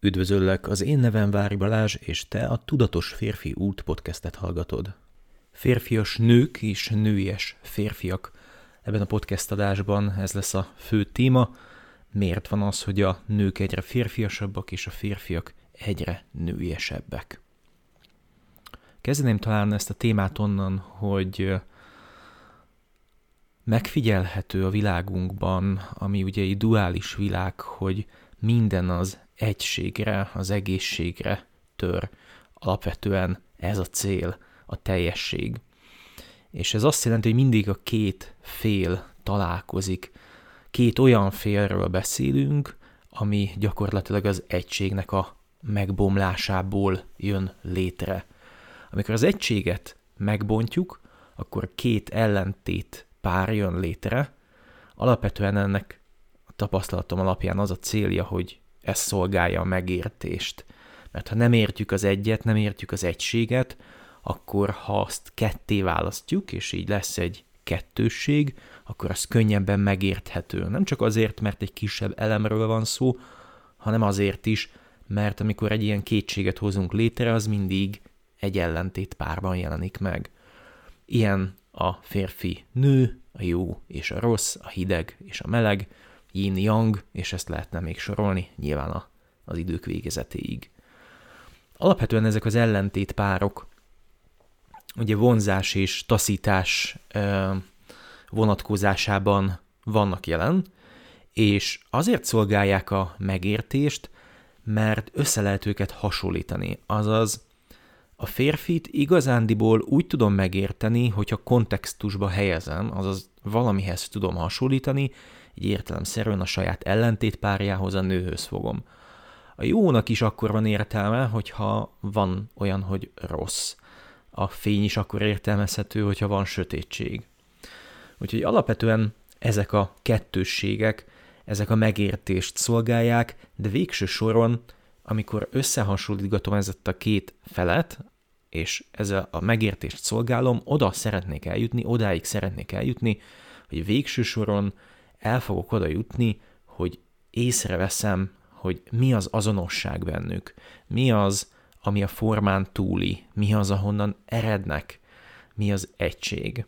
Üdvözöllek, az én nevem Vári Balázs, és te a Tudatos Férfi Út podcastet hallgatod. Férfias nők és nőies férfiak. Ebben a podcast adásban ez lesz a fő téma. Miért van az, hogy a nők egyre férfiasabbak, és a férfiak egyre nőiesebbek? Kezdeném talán ezt a témát onnan, hogy megfigyelhető a világunkban, ami ugye egy duális világ, hogy minden az egységre, az egészségre tör. Alapvetően ez a cél, a teljesség. És ez azt jelenti, hogy mindig a két fél találkozik. Két olyan félről beszélünk, ami gyakorlatilag az egységnek a megbomlásából jön létre. Amikor az egységet megbontjuk, akkor két ellentét pár jön létre. Alapvetően ennek a tapasztalatom alapján az a célja, hogy ez szolgálja a megértést. Mert ha nem értjük az egyet, nem értjük az egységet, akkor ha azt ketté választjuk, és így lesz egy kettősség, akkor az könnyebben megérthető. Nem csak azért, mert egy kisebb elemről van szó, hanem azért is, mert amikor egy ilyen kétséget hozunk létre, az mindig egy ellentét párban jelenik meg. Ilyen a férfi-nő, a jó és a rossz, a hideg és a meleg, yin-yang, és ezt lehetne még sorolni, nyilván az idők végezetéig. Alapvetően ezek az ellentét párok, ugye vonzás és taszítás vonatkozásában vannak jelen, és azért szolgálják a megértést, mert össze lehet őket hasonlítani. Azaz a férfit igazándiból úgy tudom megérteni, hogyha kontextusba helyezem, azaz valamihez tudom hasonlítani, így értelemszerűen a saját ellentétpárjához, a nőhöz fogom. A jónak is akkor van értelme, hogyha van olyan, hogy rossz. A fény is akkor értelmezhető, hogyha van sötétség. Úgyhogy alapvetően ezek a kettősségek, ezek a megértést szolgálják, de végső soron, amikor összehasonlítgatom ezt a két felet, és ezzel a megértést szolgálom, odáig szeretnék eljutni, hogy végső soron el fogok oda jutni, hogy észreveszem, hogy mi az azonosság bennük, mi az, ami a formán túli, mi az, ahonnan erednek, mi az egység.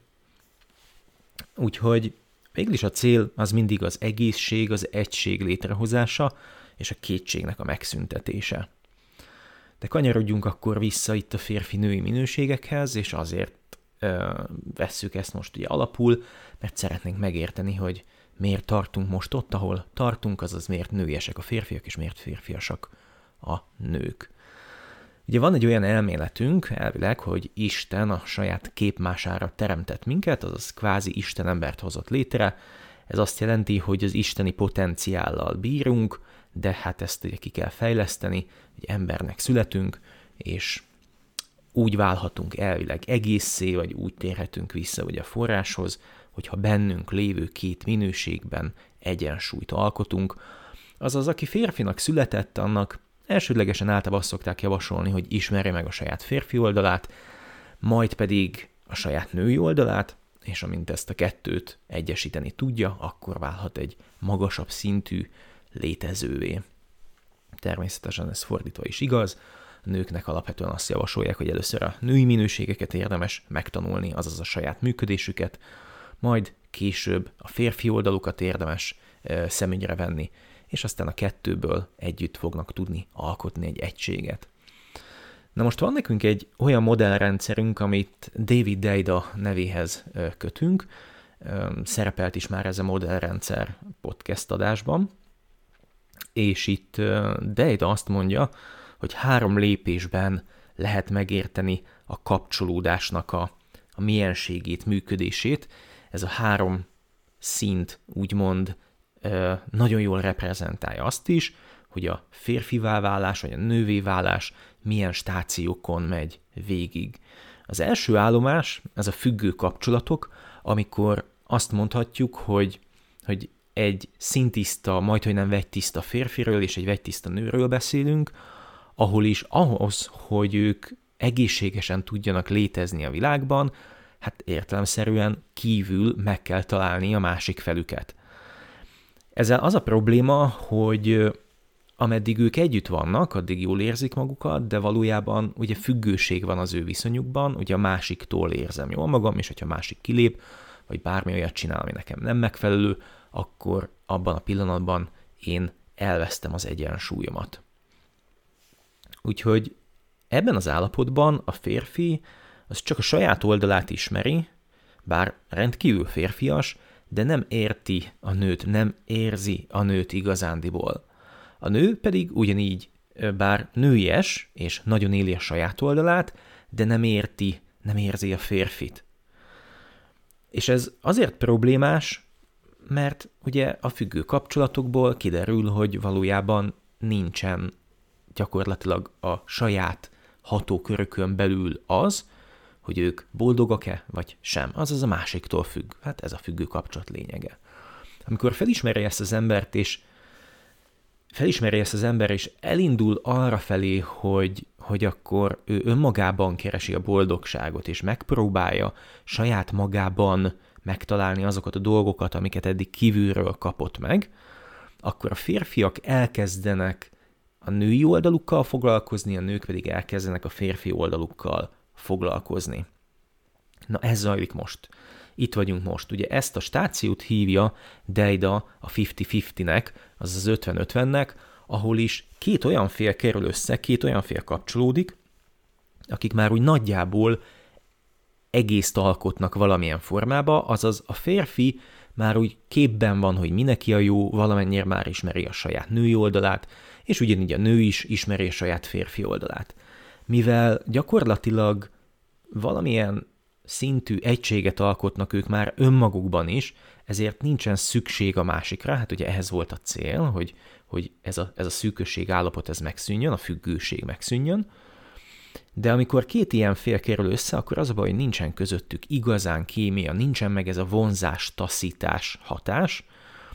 Úgyhogy végül is a cél az mindig az egészség, az egység létrehozása, és a kétségnek a megszüntetése. De kanyarodjunk akkor vissza itt a férfi-női minőségekhez, és azért vesszük ezt most ugye alapul, mert szeretnénk megérteni, hogy miért tartunk most ott, ahol tartunk, azaz miért nőiesek a férfiak, és miért férfiasak a nők. Ugye van egy olyan elméletünk, elvileg, hogy Isten a saját képmására teremtett minket, azaz kvázi Isten embert hozott létre. Ez azt jelenti, hogy az isteni potenciállal bírunk, de hát ezt ugye ki kell fejleszteni, hogy embernek születünk, és úgy válhatunk elvileg egészé, vagy úgy térhetünk vissza ugye a forráshoz, hogyha bennünk lévő két minőségben egyensúlyt alkotunk. Azaz, aki férfinak született, annak elsődlegesen általában azt szokták javasolni, hogy ismerje meg a saját férfi oldalát, majd pedig a saját női oldalát, és amint ezt a kettőt egyesíteni tudja, akkor válhat egy magasabb szintű létezővé. Természetesen ez fordítva is igaz. A nőknek alapvetően azt javasolják, hogy először a női minőségeket érdemes megtanulni, azaz a saját működésüket, majd később a férfi oldalukat érdemes szemügyre venni, és aztán a kettőből együtt fognak tudni alkotni egy egységet. Na most van nekünk egy olyan modellrendszerünk, amit David Deida nevéhez kötünk, szerepelt is már ez a modellrendszer podcast adásban, és itt Deida azt mondja, hogy 3 lépésben lehet megérteni a kapcsolódásnak a mienségét, működését. Ez a 3 szint úgymond nagyon jól reprezentálja azt is, hogy a férfivá válás vagy a nővé válás milyen stációkon megy végig. Az első állomás, ez a függő kapcsolatok, amikor azt mondhatjuk, hogy egy szintiszta, majdhogy nem vegytiszta férfiről és egy vegytiszta nőről beszélünk, ahol is ahhoz, hogy ők egészségesen tudjanak létezni a világban, hát értelemszerűen kívül meg kell találni a másik felüket. Ezzel az a probléma, hogy ameddig ők együtt vannak, addig jól érzik magukat, de valójában ugye függőség van az ő viszonyukban, ugye a másiktól érzem jól magam, és hogyha a másik kilép, vagy bármi olyat csinál, ami nekem nem megfelelő, akkor abban a pillanatban én elvesztem az egyensúlyomat. Úgyhogy ebben az állapotban a férfi az csak a saját oldalát ismeri, bár rendkívül férfias, de nem érti a nőt, nem érzi a nőt igazándiból. A nő pedig ugyanígy, bár nőies, és nagyon éli a saját oldalát, de nem érzi a férfit. És ez azért problémás, mert ugye a függő kapcsolatokból kiderül, hogy valójában nincsen gyakorlatilag a saját hatókörökön belül az, hogy ők boldogak-e, vagy sem. Azaz a másiktól függ. Hát ez a függő kapcsolat lényege. Amikor felismeri ezt az embert, és elindul arra felé, hogy akkor ő önmagában keresi a boldogságot, és megpróbálja saját magában megtalálni azokat a dolgokat, amiket eddig kívülről kapott meg, akkor a férfiak elkezdenek a női oldalukkal foglalkozni, a nők pedig elkezdenek a férfi oldalukkal foglalkozni. Na ez zajlik most. Itt vagyunk most. Ugye ezt a stációt hívja Deida a 50-50-nek, azaz 50-50-nek, ahol is két olyan fél kerül össze, két olyan fél kapcsolódik, akik már úgy nagyjából egészt alkotnak valamilyen formába, azaz a férfi már úgy képben van, hogy mi neki a jó, valamennyire már ismeri a saját női oldalát, és ugyanígy a nő is ismeri a saját férfi oldalát. Mivel gyakorlatilag valamilyen szintű egységet alkotnak ők már önmagukban is, ezért nincsen szükség a másikra, hát ugye ehhez volt a cél, hogy ez a szűkösség állapot ez megszűnjön, a függőség megszűnjön, de amikor két ilyen fél kerül össze, akkor az a baj, hogy nincsen közöttük igazán kémia, nincsen meg ez a vonzás-taszítás hatás,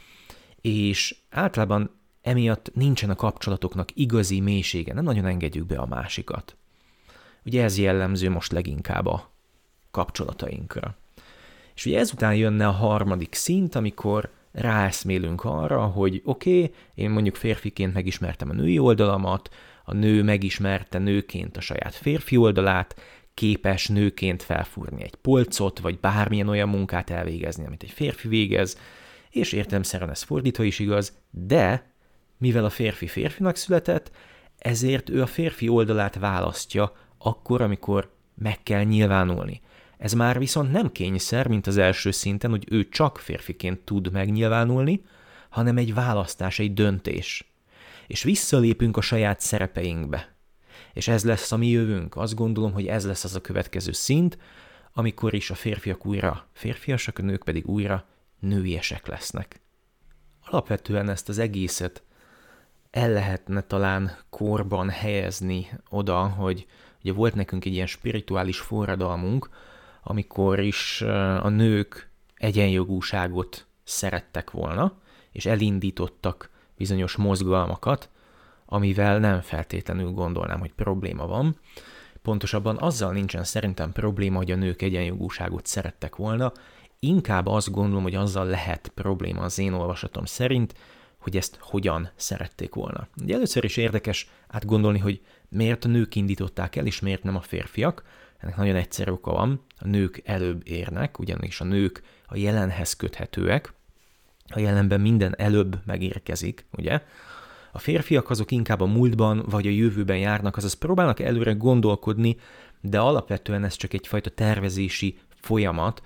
és általában emiatt nincsen a kapcsolatoknak igazi mélysége, nem nagyon engedjük be a másikat. Ugye ez jellemző most leginkább a kapcsolatainkra. És ugye ezután jönne a harmadik szint, amikor ráeszmélünk arra, hogy oké, én mondjuk férfiként megismertem a női oldalamat, a nő megismerte nőként a saját férfi oldalát, képes nőként felfúrni egy polcot, vagy bármilyen olyan munkát elvégezni, amit egy férfi végez, és értelemszerűen ez fordítva is igaz, de mivel a férfi férfinak született, ezért ő a férfi oldalát választja akkor, amikor meg kell nyilvánulni. Ez már viszont nem kényszer, mint az első szinten, hogy ő csak férfiként tud megnyilvánulni, hanem egy választás, egy döntés. És visszalépünk a saját szerepeinkbe. És ez lesz a mi jövőnk. Azt gondolom, hogy ez lesz az a következő szint, amikor is a férfiak újra férfiasak, a nők pedig újra nőiesek lesznek. Alapvetően ezt az egészet el lehetne talán korban helyezni oda, hogy ugye volt nekünk egy ilyen spirituális forradalmunk, amikor is a nők egyenjogúságot szerettek volna, és elindítottak bizonyos mozgalmakat, amivel nem feltétlenül gondolnám, hogy probléma van. Pontosabban azzal nincsen szerintem probléma, hogy a nők egyenjogúságot szerettek volna, inkább azt gondolom, hogy azzal lehet probléma az én olvasatom szerint, hogy ezt hogyan szerették volna. Ugye először is érdekes átgondolni, hogy miért a nők indították el, és miért nem a férfiak. Ennek nagyon egyszerű oka van. A nők előbb érnek, ugyanis a nők a jelenhez köthetőek. A jelenben minden előbb megérkezik, ugye? A férfiak azok inkább a múltban vagy a jövőben járnak, azaz próbálnak előre gondolkodni, de alapvetően ez csak egyfajta tervezési folyamat,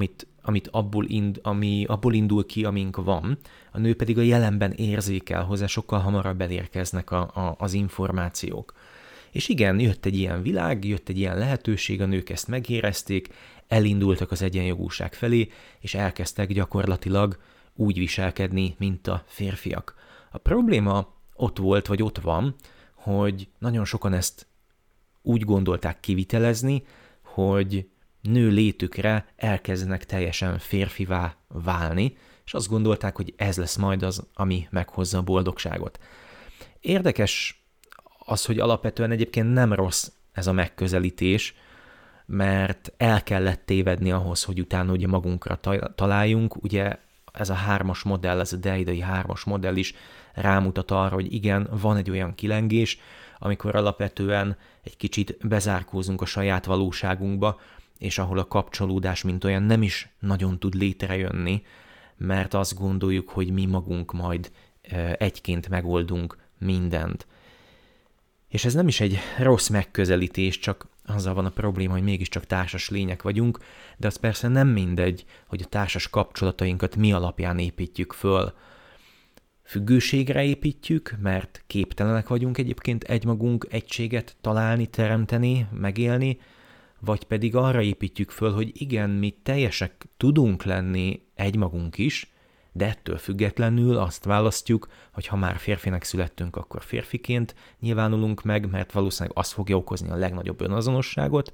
ami abból indul ki, amink van. A nő pedig a jelenben érzékel hozzá, sokkal hamarabb elérkeznek az információk. És igen, jött egy ilyen világ, jött egy ilyen lehetőség, a nők ezt megérezték, elindultak az egyenjogúság felé, és elkezdtek gyakorlatilag úgy viselkedni, mint a férfiak. A probléma ott volt, vagy ott van, hogy nagyon sokan ezt úgy gondolták kivitelezni, hogy nő létükre elkezdenek teljesen férfivá válni, és azt gondolták, hogy ez lesz majd az, ami meghozza a boldogságot. Érdekes az, hogy alapvetően egyébként nem rossz ez a megközelítés, mert el kellett tévedni ahhoz, hogy utána ugye magunkra találjunk. Ugye ez a 3-as modell, ez a deidai 3-as modell is rámutat arra, hogy igen, van egy olyan kilengés, amikor alapvetően egy kicsit bezárkózunk a saját valóságunkba, és ahol a kapcsolódás mint olyan nem is nagyon tud létrejönni, mert azt gondoljuk, hogy mi magunk majd egyként megoldunk mindent. És ez nem is egy rossz megközelítés, csak azzal van a probléma, hogy mégiscsak társas lények vagyunk, de az persze nem mindegy, hogy a társas kapcsolatainkat mi alapján építjük föl. Függőségre építjük, mert képtelenek vagyunk egyébként egymagunk egységet találni, teremteni, megélni, vagy pedig arra építjük föl, hogy igen, mi teljesek tudunk lenni egymagunk is, de ettől függetlenül azt választjuk, hogy ha már férfinek születtünk, akkor férfiként nyilvánulunk meg, mert valószínűleg az fogja okozni a legnagyobb önazonosságot,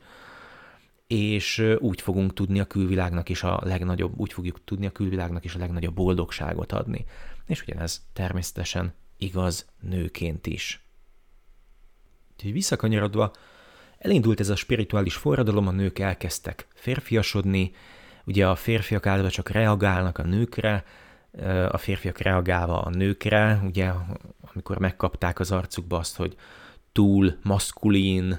és úgy fogunk tudni a külvilágnak is úgy fogjuk tudni a külvilágnak is a legnagyobb boldogságot adni. És ugyanez természetesen igaz nőként is. Úgyhogy visszakanyarodva, elindult ez a spirituális forradalom, a nők elkezdtek férfiasodni, ugye a férfiak általában csak reagálnak a nőkre, a férfiak reagálva a nőkre, ugye amikor megkapták az arcukba azt, hogy túl maszkulin,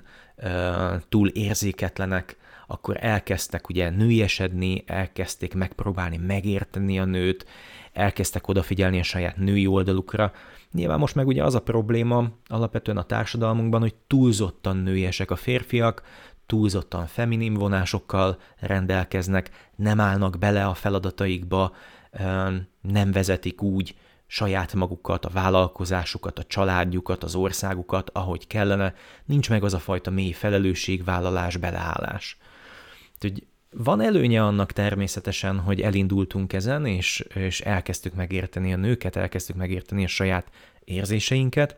túl érzéketlenek, akkor elkezdtek ugye nőiesedni, elkezdték megpróbálni megérteni a nőt, elkezdtek odafigyelni a saját női oldalukra. Nyilván most meg ugye az a probléma alapvetően a társadalmunkban, hogy túlzottan nőiesek a férfiak, túlzottan feminin vonásokkal rendelkeznek, nem állnak bele a feladataikba, nem vezetik úgy saját magukat, a vállalkozásukat, a családjukat, az országukat, ahogy kellene, nincs meg az a fajta mély felelősségvállalás, beleállás. Úgyhogy van előnye annak természetesen, hogy elindultunk ezen, és elkezdtük megérteni a nőket, elkezdtük megérteni a saját érzéseinket,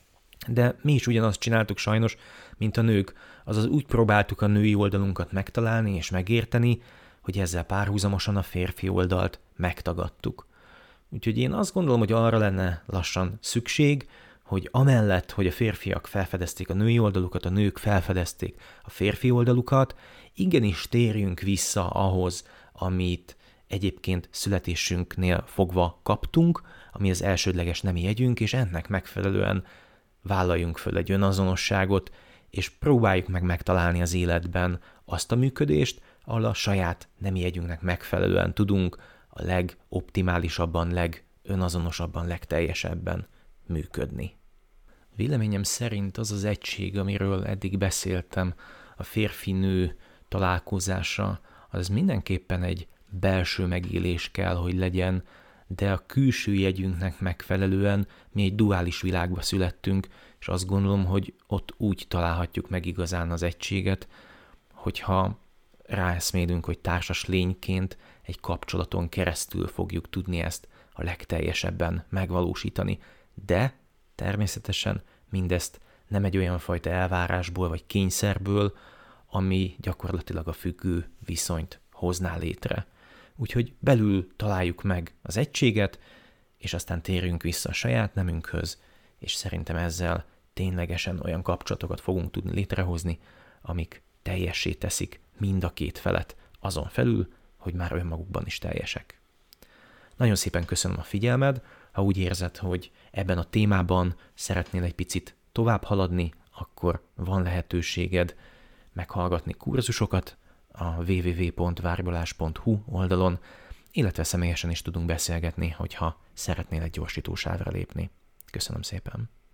de mi is ugyanazt csináltuk sajnos, mint a nők, azaz úgy próbáltuk a női oldalunkat megtalálni és megérteni, hogy ezzel párhuzamosan a férfi oldalt megtagadtuk. Úgyhogy én azt gondolom, hogy arra lenne lassan szükség, hogy amellett, hogy a férfiak felfedezték a női oldalukat, a nők felfedezték a férfi oldalukat, igenis térjünk vissza ahhoz, amit egyébként születésünknél fogva kaptunk, ami az elsődleges nemi jegyünk, és ennek megfelelően vállaljunk föl egy önazonosságot, és próbáljuk meg megtalálni az életben azt a működést, ahol a saját nemi jegyünknek megfelelően tudunk a legoptimálisabban, legönazonosabban, legteljesebben működni. Véleményem szerint az az egység, amiről eddig beszéltem, a férfi-nő találkozása, az mindenképpen egy belső megélés kell, hogy legyen, de a külső jegyünknek megfelelően mi egy duális világba születtünk, és azt gondolom, hogy ott úgy találhatjuk meg igazán az egységet, hogyha ráeszmélünk, hogy társas lényként egy kapcsolaton keresztül fogjuk tudni ezt a legteljesebben megvalósítani. De természetesen mindezt nem egy olyan fajta elvárásból vagy kényszerből, ami gyakorlatilag a függő viszonyt hozná létre. Úgyhogy belül találjuk meg az egységet, és aztán térjünk vissza a saját nemünkhöz, és szerintem ezzel ténylegesen olyan kapcsolatokat fogunk tudni létrehozni, amik teljessé teszik mind a két felet, azon felül, hogy már önmagukban is teljesek. Nagyon szépen köszönöm a figyelmed, ha úgy érzed, hogy ebben a témában szeretnél egy picit tovább haladni, akkor van lehetőséged meghallgatni kurzusokat a www.várbolás.hu oldalon, illetve személyesen is tudunk beszélgetni, hogyha szeretnél egy gyorsítósávra lépni. Köszönöm szépen!